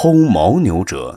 偷牦牛者。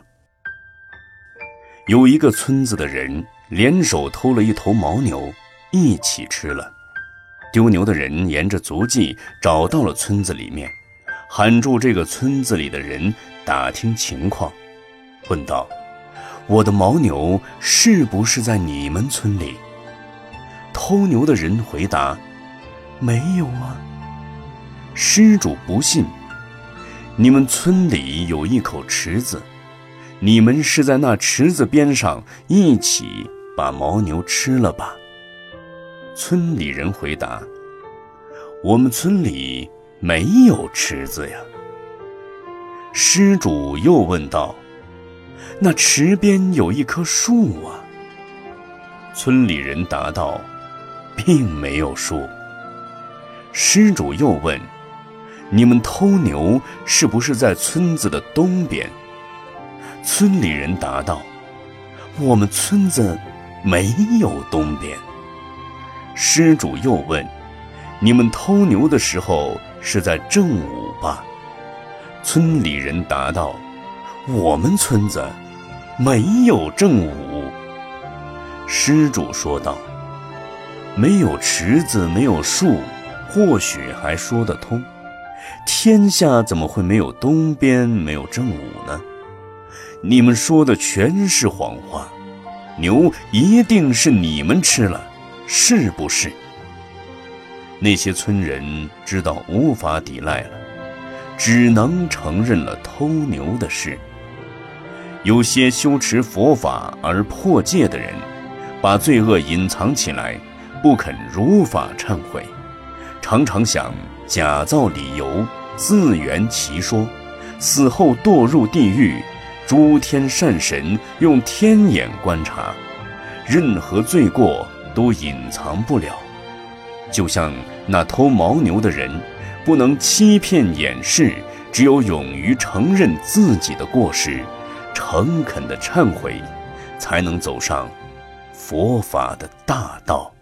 有一个村子的人联手偷了一头牦牛，一起吃了。丢牛的人沿着足迹找到了村子里面，喊住这个村子里的人打听情况，问道：我的牦牛是不是在你们村里？偷牛的人回答：没有啊。失主不信，你们村里有一口池子，你们是在那池子边上一起把牦牛吃了吧？村里人回答：我们村里没有池子呀。失主又问道：那池边有一棵树啊？村里人答道：并没有树。失主又问：你们偷牛是不是在村子的东边？村里人答道：我们村子没有东边。失主又问：你们偷牛的时候是在正午吧？村里人答道：我们村子没有正午。失主说道：没有池子，没有树，或许还说得通，天下怎么会没有东边，没有正午呢？你们说的全是谎话，牛一定是你们吃了，是不是？那些村人知道无法抵赖了，只能承认了偷牛的事。有些修持佛法而破戒的人，把罪恶隐藏起来，不肯如法忏悔，常常想假造理由，自圆其说，死后堕入地狱，诸天善神用天眼观察，任何罪过都隐藏不了。就像那偷牦牛的人，不能欺骗掩饰，只有勇于承认自己的过失，诚恳地忏悔，才能走上佛法的大道。